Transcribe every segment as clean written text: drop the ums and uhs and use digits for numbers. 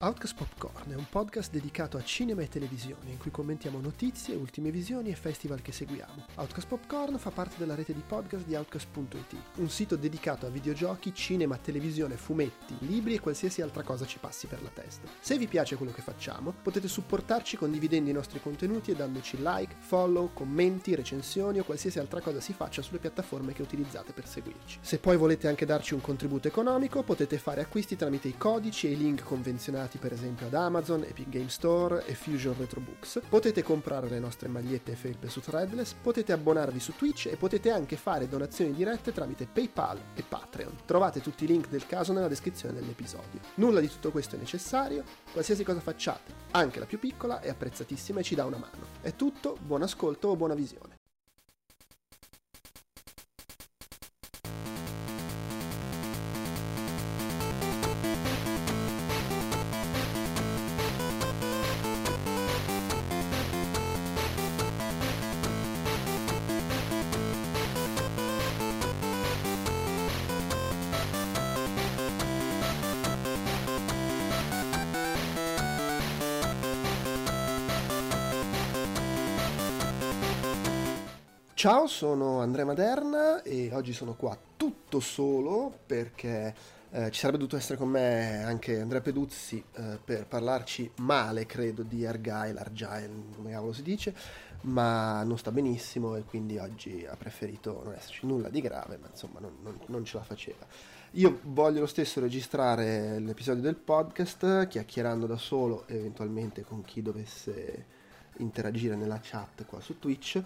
Outcast Popcorn è un podcast dedicato a cinema e televisione in cui commentiamo notizie, ultime visioni e festival che seguiamo. Outcast Popcorn fa parte della rete di podcast di Outcast.it, un sito dedicato a videogiochi, cinema, televisione, fumetti, libri e qualsiasi altra cosa ci passi per la testa. Se vi piace quello che facciamo, potete supportarci condividendo i nostri contenuti e dandoci like, follow, commenti, recensioni o qualsiasi altra cosa si faccia sulle piattaforme che utilizzate per seguirci. Se poi volete anche darci un contributo economico, potete fare acquisti tramite i codici e i link convenzionati per esempio ad Amazon, Epic Game Store e Fusion Retro Books. Potete comprare le nostre magliette e felpe su Threadless, potete abbonarvi su Twitch e potete anche fare donazioni dirette tramite PayPal e Patreon. Trovate tutti i link del caso nella descrizione dell'episodio. Nulla di tutto questo è necessario, qualsiasi cosa facciate, anche la più piccola, è apprezzatissima e ci dà una mano. È tutto, buon ascolto o buona visione. Ciao, sono Andrea Maderna e oggi sono qua tutto solo perché ci sarebbe dovuto essere con me anche Andrea Peduzzi per parlarci male, credo, di Argyle, come cavolo si dice, ma non sta benissimo e quindi oggi ha preferito non esserci nulla di grave, ma insomma non ce la faceva. Io voglio lo stesso registrare l'episodio del podcast chiacchierando da solo, eventualmente con chi dovesse interagire nella chat qua su Twitch,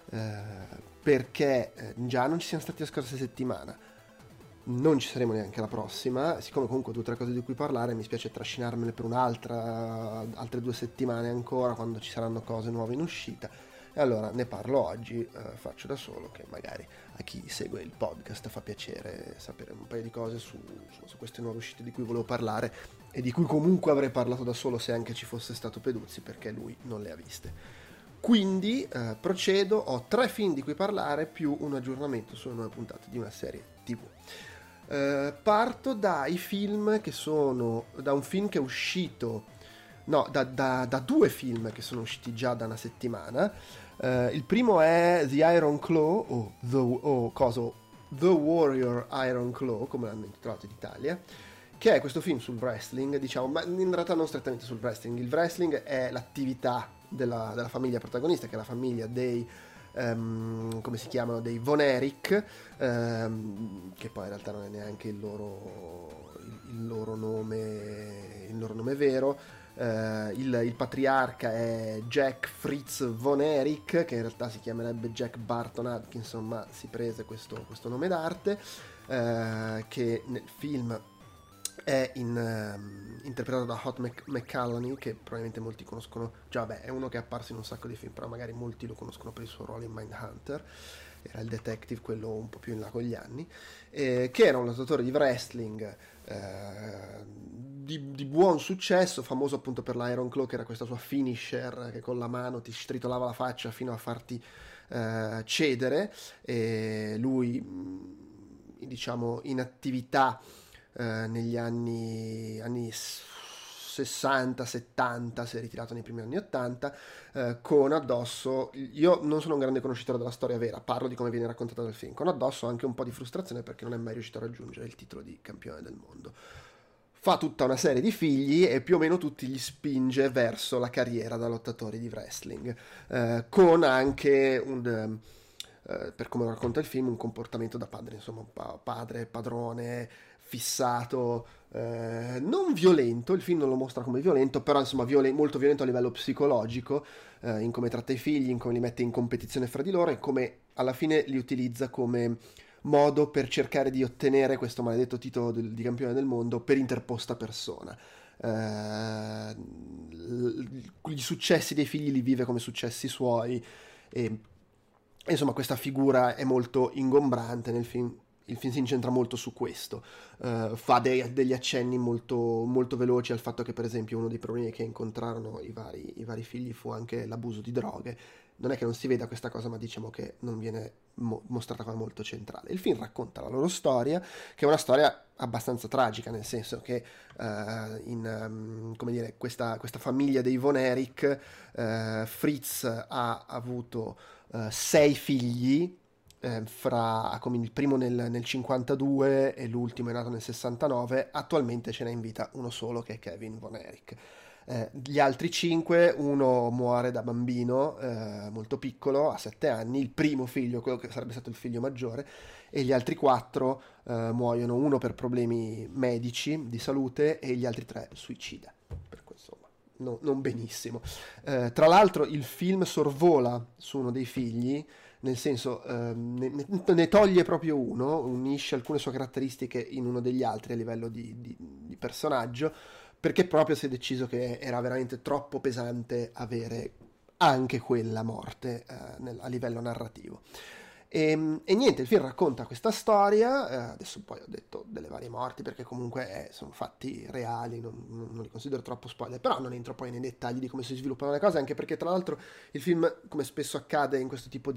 perché già non ci siamo stati la scorsa settimana, non ci saremo neanche la prossima, siccome comunque ho 2 o 3 cose di cui parlare, mi spiace trascinarmele per altre 2 settimane ancora, quando ci saranno cose nuove in uscita, e allora ne parlo oggi, faccio da solo, che magari a chi segue il podcast fa piacere sapere un paio di cose su queste nuove uscite di cui volevo parlare e di cui comunque avrei parlato da solo se anche ci fosse stato Peduzzi, perché lui non le ha viste. Quindi procedo, ho 3 film di cui parlare più un aggiornamento sulle nuove puntate di una serie TV. Parto dai film che sono da un film che è uscito, no, da 2 film che sono usciti già da una settimana. Il primo è The Iron Claw The Warrior Iron Claw, come l'hanno intitolato in Italia, che è questo film sul wrestling, diciamo, ma in realtà non strettamente sul wrestling. Il wrestling è l'attività della famiglia protagonista, che è la famiglia dei come si chiamano, dei Von Erich, che poi in realtà non è neanche il loro nome vero. Il patriarca è Jack Fritz Von Erich, che in realtà si chiamerebbe Jack Barton Atkinson, ma si prese questo nome d'arte, che nel film è interpretato da Hot McCallany, che probabilmente molti conoscono già. È uno che è apparso in un sacco di film, però magari molti lo conoscono per il suo ruolo in Mindhunter. Era il detective, quello un po' più in là con gli anni, che era un lottatore di wrestling di buon successo, famoso appunto per l'Iron Claw, che era questa sua finisher che con la mano ti stritolava la faccia fino a farti cedere. E lui, diciamo, in attività negli anni 60-70, si è ritirato nei primi anni 80, con addosso, io non sono un grande conoscitore della storia vera, parlo di come viene raccontata dal film, con addosso anche un po' di frustrazione perché non è mai riuscito a raggiungere il titolo di campione del mondo. Fa tutta una serie di figli e più o meno tutti li spinge verso la carriera da lottatore di wrestling, con anche per come lo racconta il film, un comportamento da padre, insomma, un padre, padrone, fissato, non violento. Il film non lo mostra come violento, però insomma molto violento a livello psicologico, in come tratta i figli, in come li mette in competizione fra di loro e come alla fine li utilizza come modo per cercare di ottenere questo maledetto titolo di campione del mondo per interposta persona. Gli successi dei figli li vive come successi suoi e insomma questa figura è molto ingombrante nel film. il film si incentra molto su questo. Fa degli accenni molto, molto veloci al fatto che, per esempio, uno dei problemi che incontrarono i vari figli fu anche l'abuso di droghe. Non è che non si veda questa cosa, ma diciamo che non viene mostrata come molto centrale. Il film racconta la loro storia, che è una storia abbastanza tragica, nel senso che come dire, questa famiglia dei Von Erich, Fritz ha avuto 6 figli, il primo nel 52 e l'ultimo è nato nel 69. Attualmente ce n'è in vita uno solo, che è Kevin Von Erich. Gli altri 5, uno muore da bambino, molto piccolo, a 7 anni, il primo figlio, quello che sarebbe stato il figlio maggiore, e gli altri 4 muoiono, uno per problemi medici di salute e gli altri 3 suicida. Per cui insomma, non benissimo. Tra l'altro il film sorvola su uno dei figli, nel senso ne toglie proprio uno, unisce alcune sue caratteristiche in uno degli altri a livello di personaggio, perché proprio si è deciso che era veramente troppo pesante avere anche quella morte a livello narrativo. E niente, il film racconta questa storia, adesso poi ho detto delle varie morti perché comunque sono fatti reali, non li considero troppo spoiler, però non entro poi nei dettagli di come si sviluppano le cose, anche perché tra l'altro il film, come spesso accade in questo tipo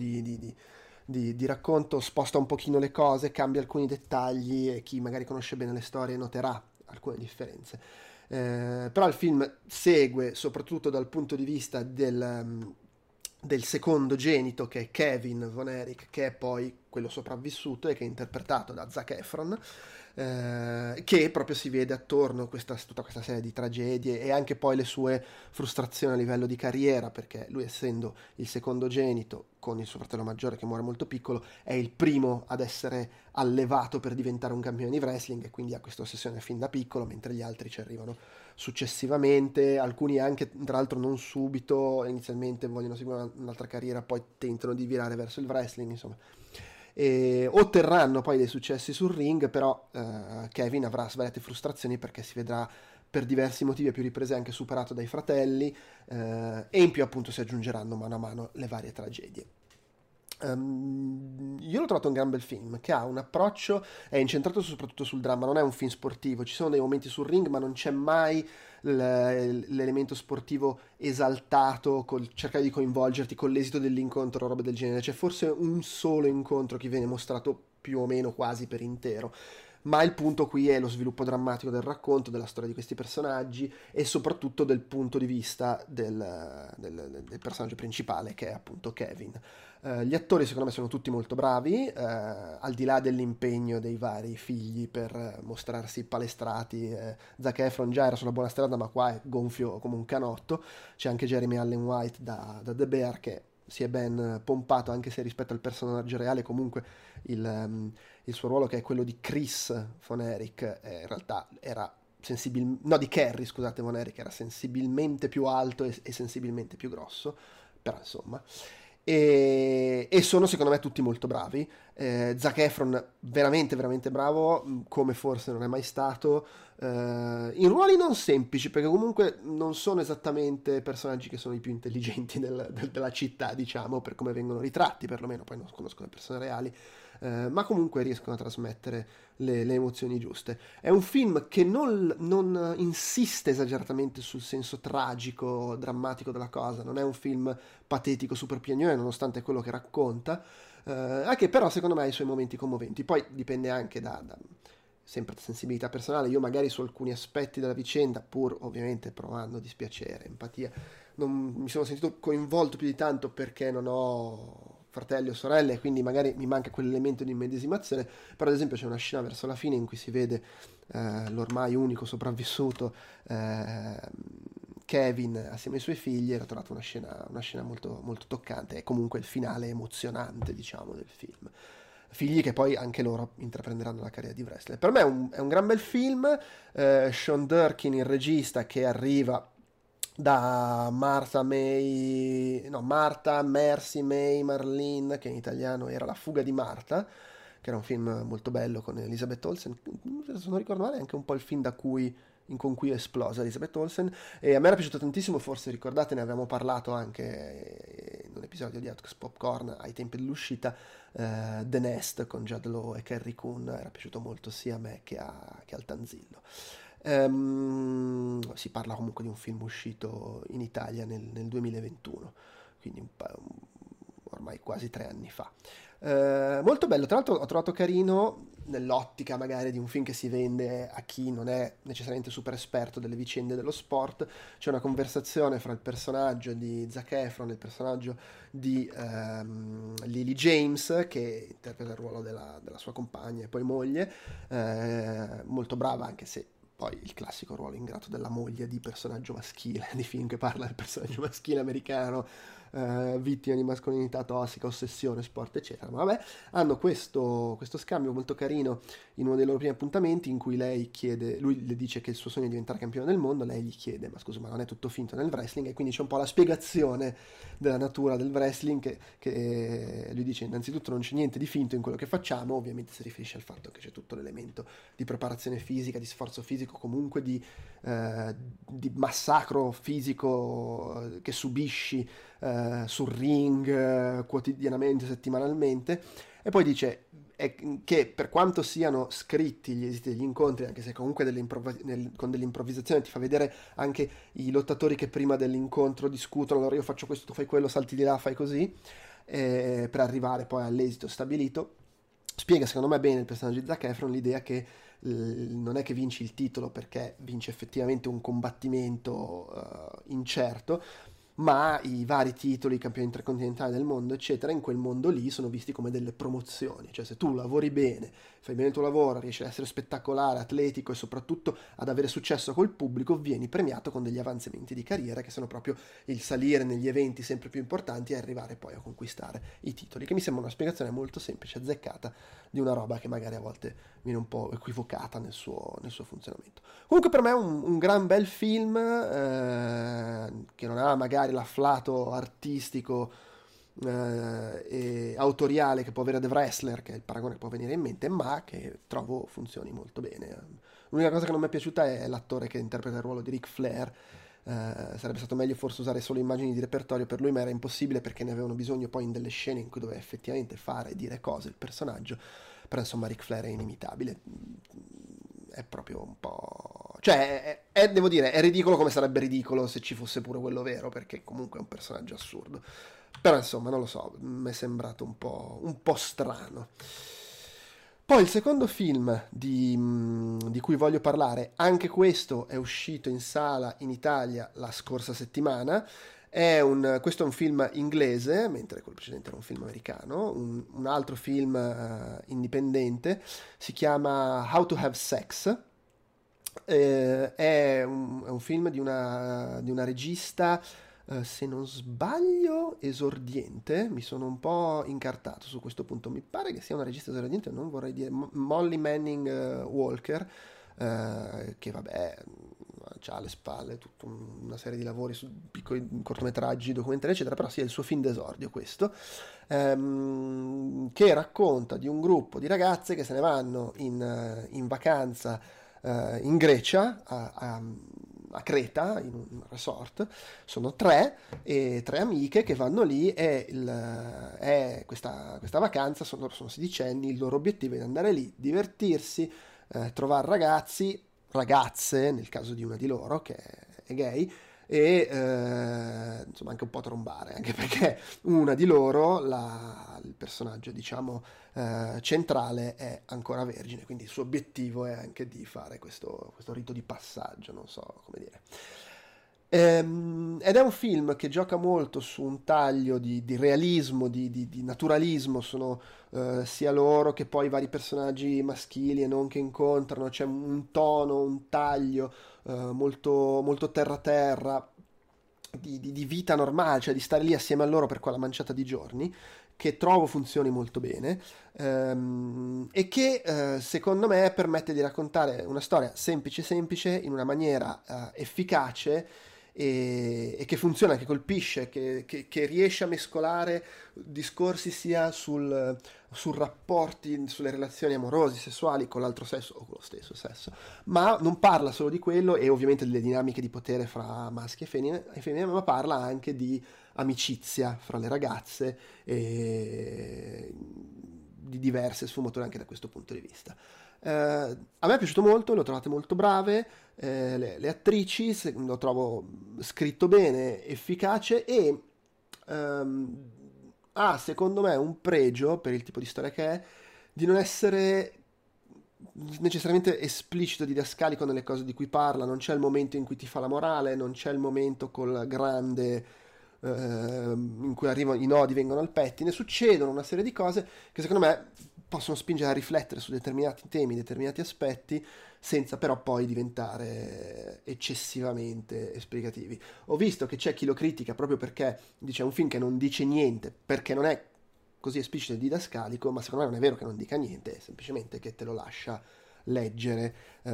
di racconto, sposta un pochino le cose, cambia alcuni dettagli e chi magari conosce bene le storie noterà alcune differenze. Però il film segue soprattutto dal punto di vista del secondogenito, che è Kevin Von Erich, che è poi quello sopravvissuto e che è interpretato da Zac Efron, che proprio si vede attorno a tutta questa serie di tragedie e anche poi le sue frustrazioni a livello di carriera, perché lui, essendo il secondogenito con il suo fratello maggiore che muore molto piccolo, è il primo ad essere allevato per diventare un campione di wrestling e quindi ha questa ossessione fin da piccolo, mentre gli altri ci arrivano successivamente, alcuni anche tra l'altro non subito, inizialmente vogliono seguire un'altra carriera, poi tentano di virare verso il wrestling, insomma. E otterranno poi dei successi sul ring, però Kevin avrà svariate frustrazioni perché si vedrà per diversi motivi a più riprese anche superato dai fratelli, e in più appunto si aggiungeranno mano a mano le varie tragedie. Io l'ho trovato un gran bel film che ha un approccio, è incentrato soprattutto sul dramma, non è un film sportivo, ci sono dei momenti sul ring ma non c'è mai l'elemento sportivo esaltato col cercare di coinvolgerti con l'esito dell'incontro o roba del genere. C'è forse un solo incontro che viene mostrato più o meno quasi per intero, ma il punto qui è lo sviluppo drammatico del racconto, della storia di questi personaggi e soprattutto del punto di vista del personaggio principale, che è appunto Kevin. Gli attori secondo me sono tutti molto bravi, al di là dell'impegno dei vari figli per mostrarsi palestrati. Zac Efron già era sulla buona strada, ma qua è gonfio come un canotto. C'è anche Jeremy Allen White da The Bear, che si è ben pompato, anche se rispetto al personaggio reale comunque il suo ruolo, che è quello di Chris Von Erich, in realtà era di Kerry, scusate, Von Erich era sensibilmente più alto e sensibilmente più grosso, però insomma. E sono secondo me tutti molto bravi. Zac Efron veramente veramente bravo, come forse non è mai stato, in ruoli non semplici, perché comunque non sono esattamente personaggi che sono i più intelligenti della città, diciamo, per come vengono ritratti, perlomeno poi non conosco le persone reali, ma comunque riescono a trasmettere le emozioni giuste. È un film che non insiste esageratamente sul senso tragico, drammatico della cosa, non è un film patetico, super piagnone, nonostante quello che racconta, anche però secondo me ha i suoi momenti commoventi. Poi dipende anche da sempre da sensibilità personale. Io magari su alcuni aspetti della vicenda, pur ovviamente provando dispiacere, empatia, non mi sono sentito coinvolto più di tanto perché non ho fratelli o sorelle, quindi magari mi manca quell'elemento di immedesimazione. Però ad esempio c'è una scena verso la fine in cui si vede l'ormai unico sopravvissuto Kevin assieme ai suoi figli, e l'ho trovata una scena molto, molto toccante, e comunque il finale emozionante, diciamo, del film. Figli che poi anche loro intraprenderanno la carriera di wrestler. Per me è un gran bel film. Sean Durkin, il regista, che arriva da Martha, Mercy, May, Marlene, che in italiano era La fuga di Marta, che era un film molto bello con Elizabeth Olsen, se non ricordo male, anche un po' il film con cui è esplosa Elizabeth Olsen, e a me era piaciuto tantissimo. Forse ricordate, ne avevamo parlato anche in un episodio episodio di Outcast Popcorn ai tempi dell'uscita, The Nest con Jude Law e Carrie Coon era piaciuto molto sia a me che al Tanzillo. Si parla comunque di un film uscito in Italia nel 2021, quindi ormai quasi 3 anni fa. Molto bello, tra l'altro ho trovato carino nell'ottica magari di un film che si vende a chi non è necessariamente super esperto delle vicende dello sport. C'è una conversazione fra il personaggio di Zac Efron e il personaggio di Lily James, che interpreta il ruolo della sua compagna e poi moglie, molto brava, anche se poi il classico ruolo ingrato della moglie di personaggio maschile, di film che parla del personaggio maschile americano, vittima di mascolinità tossica, ossessione, sport, eccetera. Ma vabbè, hanno questo scambio molto carino in uno dei loro primi appuntamenti, in cui lui le dice che il suo sogno è diventare campione del mondo, lei gli chiede, ma scusa, ma non è tutto finto nel wrestling? E quindi c'è un po' la spiegazione della natura del wrestling, che lui dice, innanzitutto non c'è niente di finto in quello che facciamo, ovviamente si riferisce al fatto che c'è tutto l'elemento di preparazione fisica, di sforzo fisico, comunque di massacro fisico che subisci sul ring quotidianamente, settimanalmente. E poi dice che per quanto siano scritti gli esiti degli incontri, anche se comunque con dell'improvvisazione ti fa vedere anche i lottatori che prima dell'incontro discutono, allora io faccio questo, tu fai quello, salti di là, fai così, per arrivare poi all'esito stabilito. Spiega secondo me bene il personaggio di Zac Efron l'idea che non è che vinci il titolo perché vince effettivamente un combattimento incerto, ma i vari titoli, i campioni intercontinentali del mondo, eccetera, in quel mondo lì sono visti come delle promozioni. Cioè, se tu lavori bene, fai bene il tuo lavoro, riesci ad essere spettacolare, atletico e soprattutto ad avere successo col pubblico, vieni premiato con degli avanzamenti di carriera che sono proprio il salire negli eventi sempre più importanti e arrivare poi a conquistare i titoli, che mi sembra una spiegazione molto semplice, azzeccata, di una roba che magari a volte viene un po' equivocata nel suo funzionamento. Comunque per me è un gran bel film, che non ha magari l'afflato artistico e autoriale che può avere The Wrestler, che è il paragone che può venire in mente, ma che trovo funzioni molto bene. L'unica cosa che non mi è piaciuta è l'attore che interpreta il ruolo di Ric Flair. Sarebbe stato meglio forse usare solo immagini di repertorio per lui, ma era impossibile perché ne avevano bisogno poi in delle scene in cui doveva effettivamente fare e dire cose il personaggio. Però insomma Ric Flair è inimitabile, è proprio un po'... cioè devo dire, è ridicolo come sarebbe ridicolo se ci fosse pure quello vero, perché comunque è un personaggio assurdo. Però insomma, non lo so, mi è sembrato un po' strano. Poi il secondo film di cui voglio parlare, anche questo è uscito in sala in Italia la scorsa settimana. Questo è un film inglese, mentre quello precedente era un film americano. Un altro film indipendente, si chiama How to Have Sex. È un film di una regista, se non sbaglio, esordiente. Mi sono un po' incartato su questo punto. Mi pare che sia una regista esordiente, non vorrei dire Molly Manning Walker, che vabbè ha alle spalle tutta una serie di lavori su piccoli cortometraggi, documentari, eccetera, però sì, è il suo film d'esordio questo, che racconta di un gruppo di ragazze che se ne vanno in vacanza in Grecia, a Creta, in un resort. Sono tre amiche che vanno lì e questa vacanza, sono sedicenni, il loro obiettivo è di andare lì, divertirsi, trovare ragazze, nel caso di una di loro che è gay, e insomma anche un po' trombare, anche perché una di loro, il personaggio diciamo centrale, è ancora vergine, quindi il suo obiettivo è anche di fare questo rito di passaggio, non so come dire. Ed è un film che gioca molto su un taglio di realismo, di naturalismo. Sono sia loro che poi i vari personaggi maschili e non che incontrano. C'è un tono, un taglio molto, molto terra-terra, di vita normale, cioè di stare lì assieme a loro per quella manciata di giorni, che trovo funzioni molto bene, e che secondo me permette di raccontare una storia semplice in una maniera efficace e che funziona, che colpisce, che riesce a mescolare discorsi sia sul rapporti, sulle relazioni amorose, sessuali con l'altro sesso o con lo stesso sesso, ma non parla solo di quello e ovviamente delle dinamiche di potere fra maschi e femmine, ma parla anche di amicizia fra le ragazze e di diverse sfumature anche da questo punto di vista. A me è piaciuto molto, le ho trovate molto brave, le attrici, lo trovo scritto bene, efficace e ha secondo me un pregio per il tipo di storia che è di non essere necessariamente esplicito, didascalico nelle cose di cui parla. Non c'è il momento in cui ti fa la morale, non c'è il momento col grande in cui arrivano i nodi, vengono al pettine. Succedono una serie di cose che secondo me possono spingere a riflettere su determinati temi, determinati aspetti, senza però poi diventare eccessivamente esplicativi. Ho visto che c'è chi lo critica proprio perché dice è un film che non dice niente, perché non è così esplicito e didascalico, ma secondo me non è vero che non dica niente, è semplicemente che te lo lascia leggere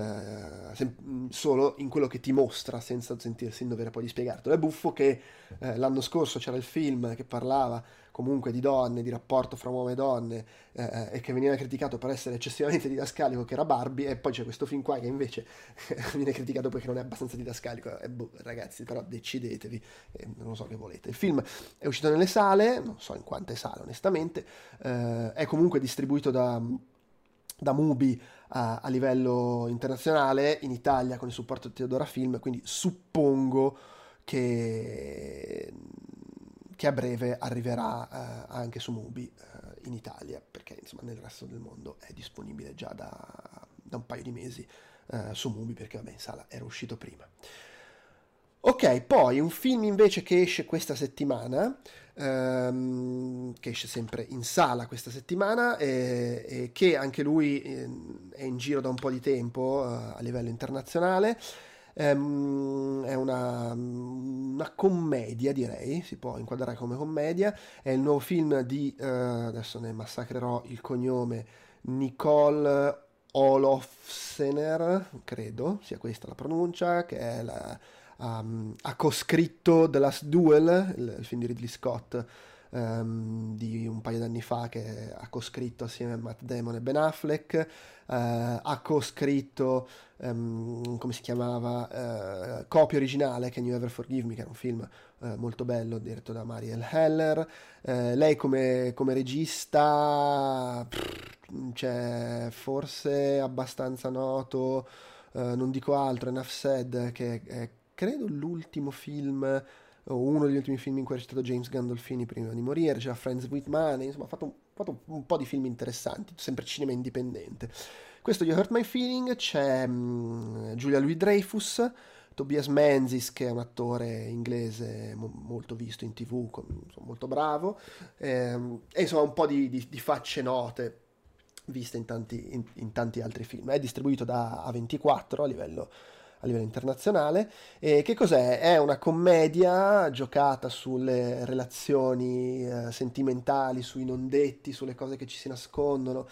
solo in quello che ti mostra senza sentirsi in dovere poi di spiegartelo. È buffo che l'anno scorso c'era il film che parlava comunque di donne, di rapporto fra uomo e donne e che veniva criticato per essere eccessivamente didascalico, che era Barbie, e poi c'è questo film qua che invece viene criticato perché non è abbastanza didascalico. Ragazzi, però decidetevi, non lo so che volete. Il film è uscito nelle sale, non so in quante sale onestamente, è comunque distribuito da Mubi a livello internazionale, in Italia con il supporto di Teodora Film, quindi suppongo che a breve arriverà anche su Mubi in Italia, perché insomma nel resto del mondo è disponibile già da un paio di mesi su Mubi, perché vabbè in sala era uscito prima. Ok, poi un film invece che esce questa settimana, che esce sempre in sala questa settimana, e che anche lui è in giro da un po' di tempo a livello internazionale. È una commedia, direi, si può inquadrare come commedia. È il nuovo film di, adesso ne massacrerò il cognome, Nicole Olofsener, credo sia questa la pronuncia, che è ha coscritto The Last Duel, il film di Ridley Scott di un paio d'anni fa, che ha coscritto assieme a Matt Damon e Ben Affleck. Ha coscritto come si chiamava, copia originale, Can You Ever Forgive Me, che era un film molto bello diretto da Mariel Heller. Lei come regista c'è forse abbastanza noto, non dico altro, Enough Said, che è credo l'ultimo film o uno degli ultimi film in cui ha recitato James Gandolfini prima di morire. C'era Friends with Money, insomma ha fatto un po' di film interessanti, sempre cinema indipendente. Questo You Hurt My Feeling, c'è Julia Louis-Dreyfus, Tobias Menzies, che è un attore inglese molto visto in TV, insomma, molto bravo, e insomma un po' di facce note viste in tanti altri film. È distribuito da A24 a livello internazionale. E che cos'è? È una commedia giocata sulle relazioni sentimentali, sui non detti, sulle cose che ci si nascondono,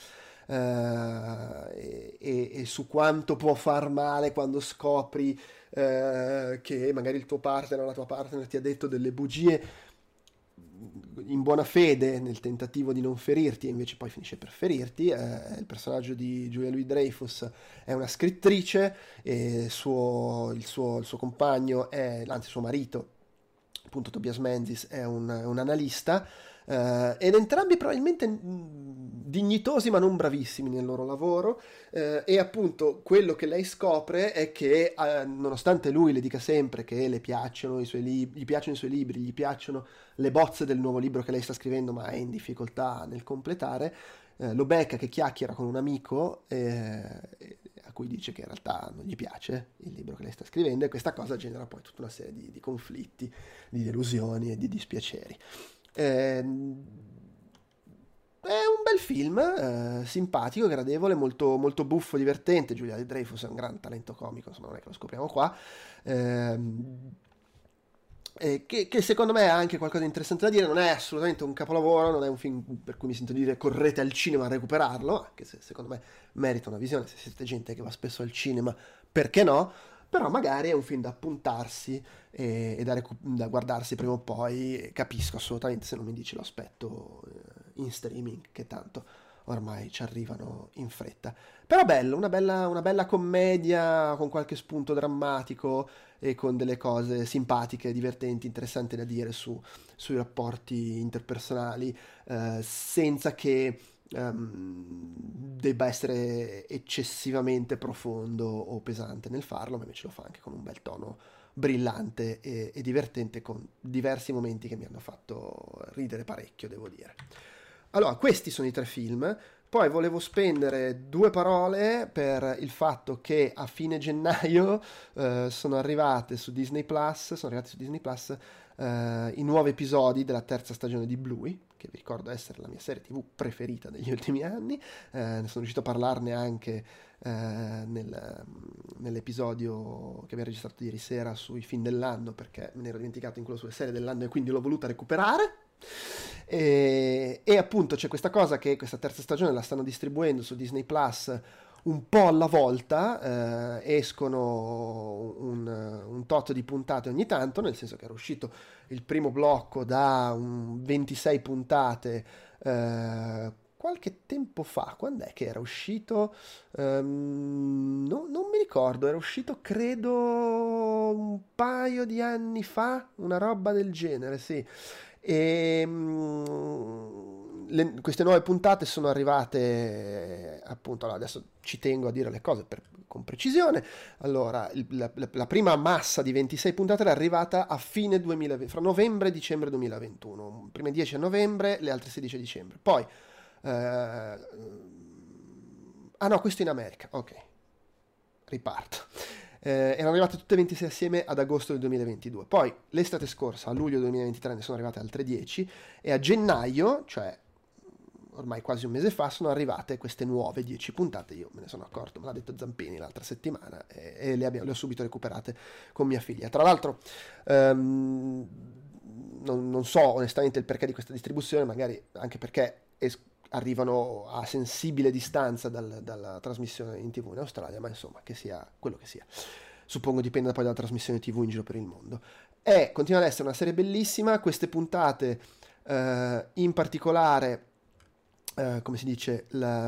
e su quanto può far male quando scopri che magari il tuo partner o la tua partner ti ha detto delle bugie in buona fede nel tentativo di non ferirti, e invece poi finisce per ferirti. Il personaggio di Julia Louis-Dreyfus è una scrittrice e il suo compagno anzi suo marito, appunto Tobias Menzies, è un analista, ed entrambi probabilmente dignitosi ma non bravissimi nel loro lavoro, e appunto quello che lei scopre è che nonostante lui le dica sempre che le piacciono gli piacciono i suoi libri, gli piacciono le bozze del nuovo libro che lei sta scrivendo, ma è in difficoltà nel completare, lo becca che chiacchiera con un amico a cui dice che in realtà non gli piace il libro che lei sta scrivendo, e questa cosa genera poi tutta una serie di conflitti, di delusioni e di dispiaceri. È un bel film, simpatico, gradevole, molto, molto buffo, divertente. Julia Dreyfus è un gran talento comico, insomma, non è che lo scopriamo qua. Che secondo me ha anche qualcosa di interessante da dire. Non è assolutamente un capolavoro, non è un film per cui mi sento di dire correte al cinema a recuperarlo, anche se secondo me merita una visione. Se siete gente che va spesso al cinema, perché no? però magari è un film da appuntarsi e da guardarsi prima o poi. Capisco assolutamente se non mi dici lo aspetto in streaming, che tanto ormai ci arrivano in fretta. Però bello, una bella commedia con qualche spunto drammatico e con delle cose simpatiche, divertenti, interessanti da dire sui rapporti interpersonali, senza che debba essere eccessivamente profondo o pesante nel farlo, ma invece lo fa anche con un bel tono brillante e divertente, con diversi momenti che mi hanno fatto ridere parecchio, devo dire. Allora, questi sono i 3 film. Poi volevo spendere 2 parole per il fatto che a fine gennaio sono arrivati su Disney Plus i nuovi episodi della terza stagione di Bluey, che vi ricordo essere la mia serie TV preferita degli ultimi anni. Ne sono riuscito a parlarne anche nell'episodio che abbiamo registrato ieri sera sui film dell'anno, perché me ne ero dimenticato in quello sulle serie dell'anno e quindi l'ho voluta recuperare. E appunto c'è questa cosa che questa terza stagione la stanno distribuendo su Disney Plus un po' alla volta, escono un tot di puntate ogni tanto, nel senso che era uscito il primo blocco da 26 puntate qualche tempo fa. Quando è che era uscito? Non mi ricordo, era uscito credo un paio di anni fa, una roba del genere, sì. E queste nuove puntate sono arrivate appunto, allora adesso ci tengo a dire le cose con precisione. Allora la prima massa di 26 puntate era arrivata a fine 2020, fra novembre e dicembre 2021, prime 10 a novembre, le altre 16 a dicembre. Poi ah no, questo in America, ok, riparto. Erano arrivate tutte e 26 assieme ad agosto del 2022. Poi l'estate scorsa, a luglio 2023, ne sono arrivate altre 10 e a gennaio, cioè ormai quasi un mese fa, sono arrivate queste nuove 10 puntate. Io me ne sono accorto, me l'ha detto Zampini l'altra settimana e le ho subito recuperate con mia figlia. Tra l'altro non so onestamente il perché di questa distribuzione, magari anche perché arrivano a sensibile distanza dalla trasmissione in TV in Australia, ma insomma, che sia quello che sia. Suppongo dipenda poi dalla trasmissione TV in giro per il mondo. Continua ad essere una serie bellissima. Queste puntate, in particolare, come si dice,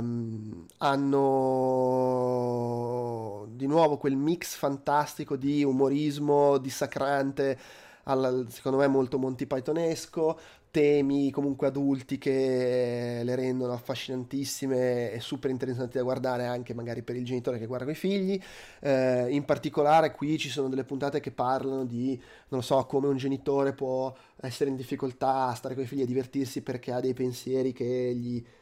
hanno di nuovo quel mix fantastico di umorismo dissacrante, secondo me molto Monty Pythonesco, temi comunque adulti che le rendono affascinantissime e super interessanti da guardare anche magari per il genitore che guarda con i figli. In particolare qui ci sono delle puntate che parlano di, non lo so, come un genitore può essere in difficoltà a stare con i figli, a divertirsi perché ha dei pensieri che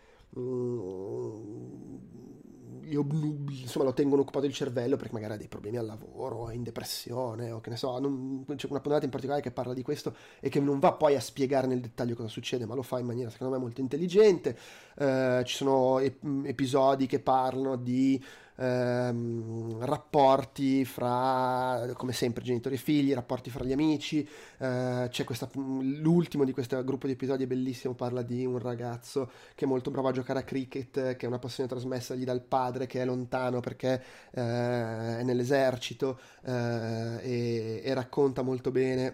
insomma lo tengono occupato il cervello perché magari ha dei problemi al lavoro, è in depressione o che ne so. C'è una puntata in particolare che parla di questo e che non va poi a spiegare nel dettaglio cosa succede, ma lo fa in maniera secondo me molto intelligente. Ci sono episodi che parlano di rapporti fra, come sempre, genitori e figli, rapporti fra gli amici. C'è l'ultimo di questo gruppo di episodi è bellissimo, parla di un ragazzo che è molto bravo a giocare a cricket, che è una passione trasmessagli dal padre che è lontano perché è nell'esercito, e racconta molto bene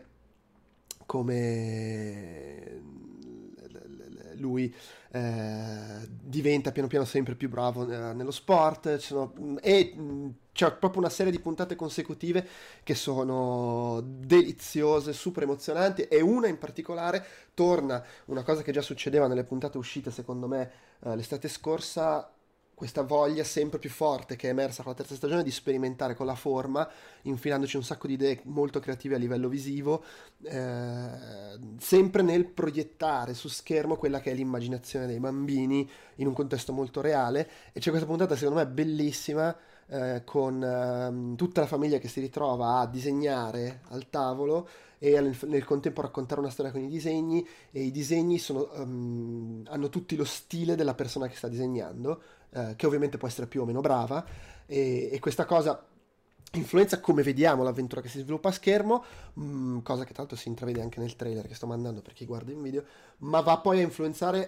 come lui diventa piano piano sempre più bravo nello sport. C'è proprio una serie di puntate consecutive che sono deliziose, super emozionanti, e una in particolare torna una cosa che già succedeva nelle puntate uscite secondo me l'estate scorsa, questa voglia sempre più forte che è emersa con la terza stagione di sperimentare con la forma, infilandoci un sacco di idee molto creative a livello visivo, sempre nel proiettare su schermo quella che è l'immaginazione dei bambini in un contesto molto reale. E c'è questa puntata secondo me bellissima, con tutta la famiglia che si ritrova a disegnare al tavolo e nel contempo raccontare una storia con i disegni, e i disegni hanno tutti lo stile della persona che sta disegnando, che ovviamente può essere più o meno brava, e questa cosa influenza come vediamo l'avventura che si sviluppa a schermo, cosa che tra l'altro si intravede anche nel trailer che sto mandando per chi guarda in video, ma va poi a influenzare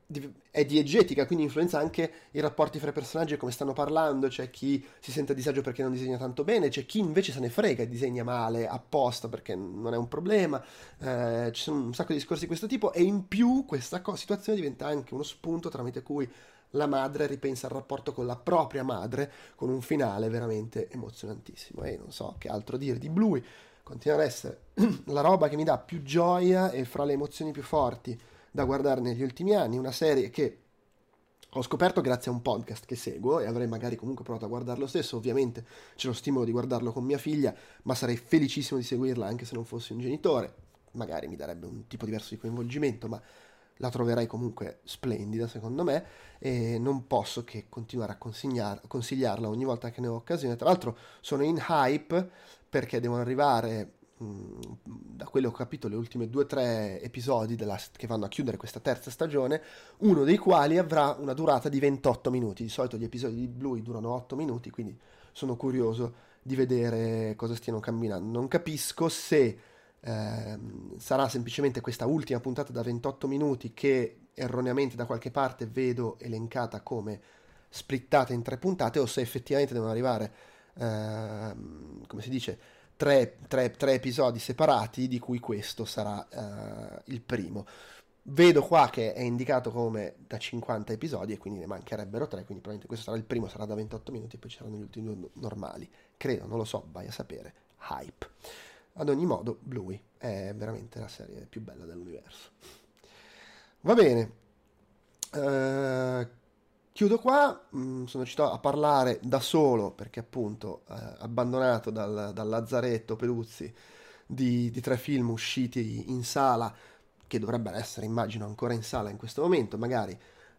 è diegetica, quindi influenza anche i rapporti fra i personaggi e come stanno parlando. C'è chi si sente a disagio perché non disegna tanto bene, c'è chi invece se ne frega e disegna male apposta perché non è un problema. Ci sono un sacco di discorsi di questo tipo, e in più questa situazione diventa anche uno spunto tramite cui la madre ripensa al rapporto con la propria madre, con un finale veramente emozionantissimo. E non so che altro dire di Bluey. Continua ad essere la roba che mi dà più gioia e fra le emozioni più forti da guardare negli ultimi anni. Una serie che ho scoperto grazie a un podcast che seguo, e avrei magari comunque provato a guardarlo stesso. Ovviamente c'è lo stimolo di guardarlo con mia figlia, ma sarei felicissimo di seguirla anche se non fossi un genitore. Magari mi darebbe un tipo diverso di coinvolgimento, ma la troverei comunque splendida secondo me, e non posso che continuare a consigliarla ogni volta che ne ho occasione. Tra l'altro sono in hype perché devono arrivare, da quello che ho capito, le ultime 2 o 3 episodi che vanno a chiudere questa terza stagione, uno dei quali avrà una durata di 28 minuti. Di solito gli episodi di Bluey durano 8 minuti, quindi sono curioso di vedere cosa stiano camminando. Non capisco se sarà semplicemente questa ultima puntata da 28 minuti che erroneamente da qualche parte vedo elencata come splittata in 3 puntate, o se effettivamente devono arrivare, come si dice, tre episodi separati, di cui questo sarà il primo. Vedo qua che è indicato come da 50 episodi e quindi ne mancherebbero 3, quindi probabilmente questo sarà il primo, sarà da 28 minuti e poi ci saranno gli ultimi 2 normali. Credo, non lo so, vai a sapere. Hype. Ad ogni modo, Bluey è veramente la serie più bella dell'universo. Va bene. Chiudo qua. Sono riuscito a parlare da solo perché appunto abbandonato dal lazzaretto Peluzzi di 3 film usciti in sala, che dovrebbero essere, immagino, ancora in sala in questo momento. Magari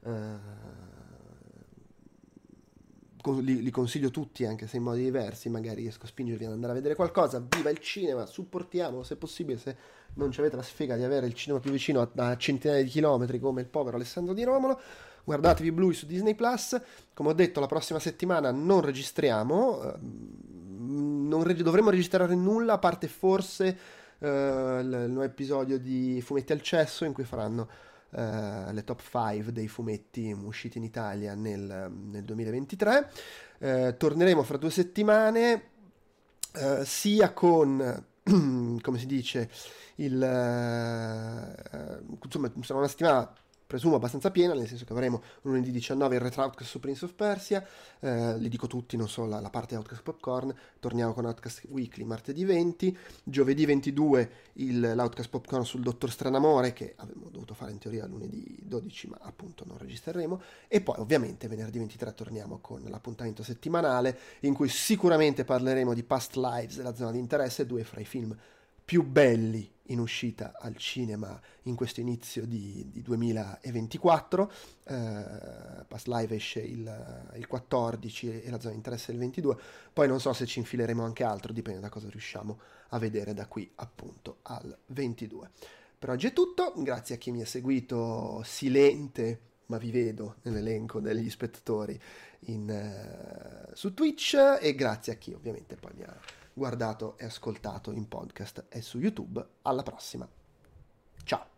li consiglio tutti, anche se in modi diversi. Magari riesco a spingervi ad andare a vedere qualcosa. Viva il cinema, supportiamolo se possibile. Se non ci avete la sfiga di avere il cinema più vicino a centinaia di chilometri come il povero Alessandro Di Romolo, guardatevi Bluey su Disney Plus. Come ho detto, la prossima settimana non registriamo, dovremmo registrare nulla, a parte forse il nuovo episodio di Fumetti al Cesso, in cui faranno le top 5 dei fumetti usciti in Italia nel 2023. Torneremo fra 2 settimane, sia con come si dice insomma sarà una settimana presumo abbastanza piena, nel senso che avremo lunedì 19 il Retro Outcast su Prince of Persia, li dico tutti, non solo la parte Outcast Popcorn. Torniamo con Outcast Weekly martedì 20, giovedì 22 l'Outcast Popcorn sul Dottor Stranamore, che avremmo dovuto fare in teoria lunedì 12, ma appunto non registreremo, e poi ovviamente venerdì 23 torniamo con l'appuntamento settimanale in cui sicuramente parleremo di Past Lives della zona di interesse, 2 fra i film più belli in uscita al cinema in questo inizio di 2024. Past Live esce il 14 e la zona di interesse il 22. Poi non so se ci infileremo anche altro, dipende da cosa riusciamo a vedere da qui appunto al 22. Per oggi è tutto, grazie a chi mi ha seguito silente, ma vi vedo nell'elenco degli spettatori su Twitch, e grazie a chi ovviamente poi mi ha guardato e ascoltato in podcast e su YouTube. Alla prossima. Ciao.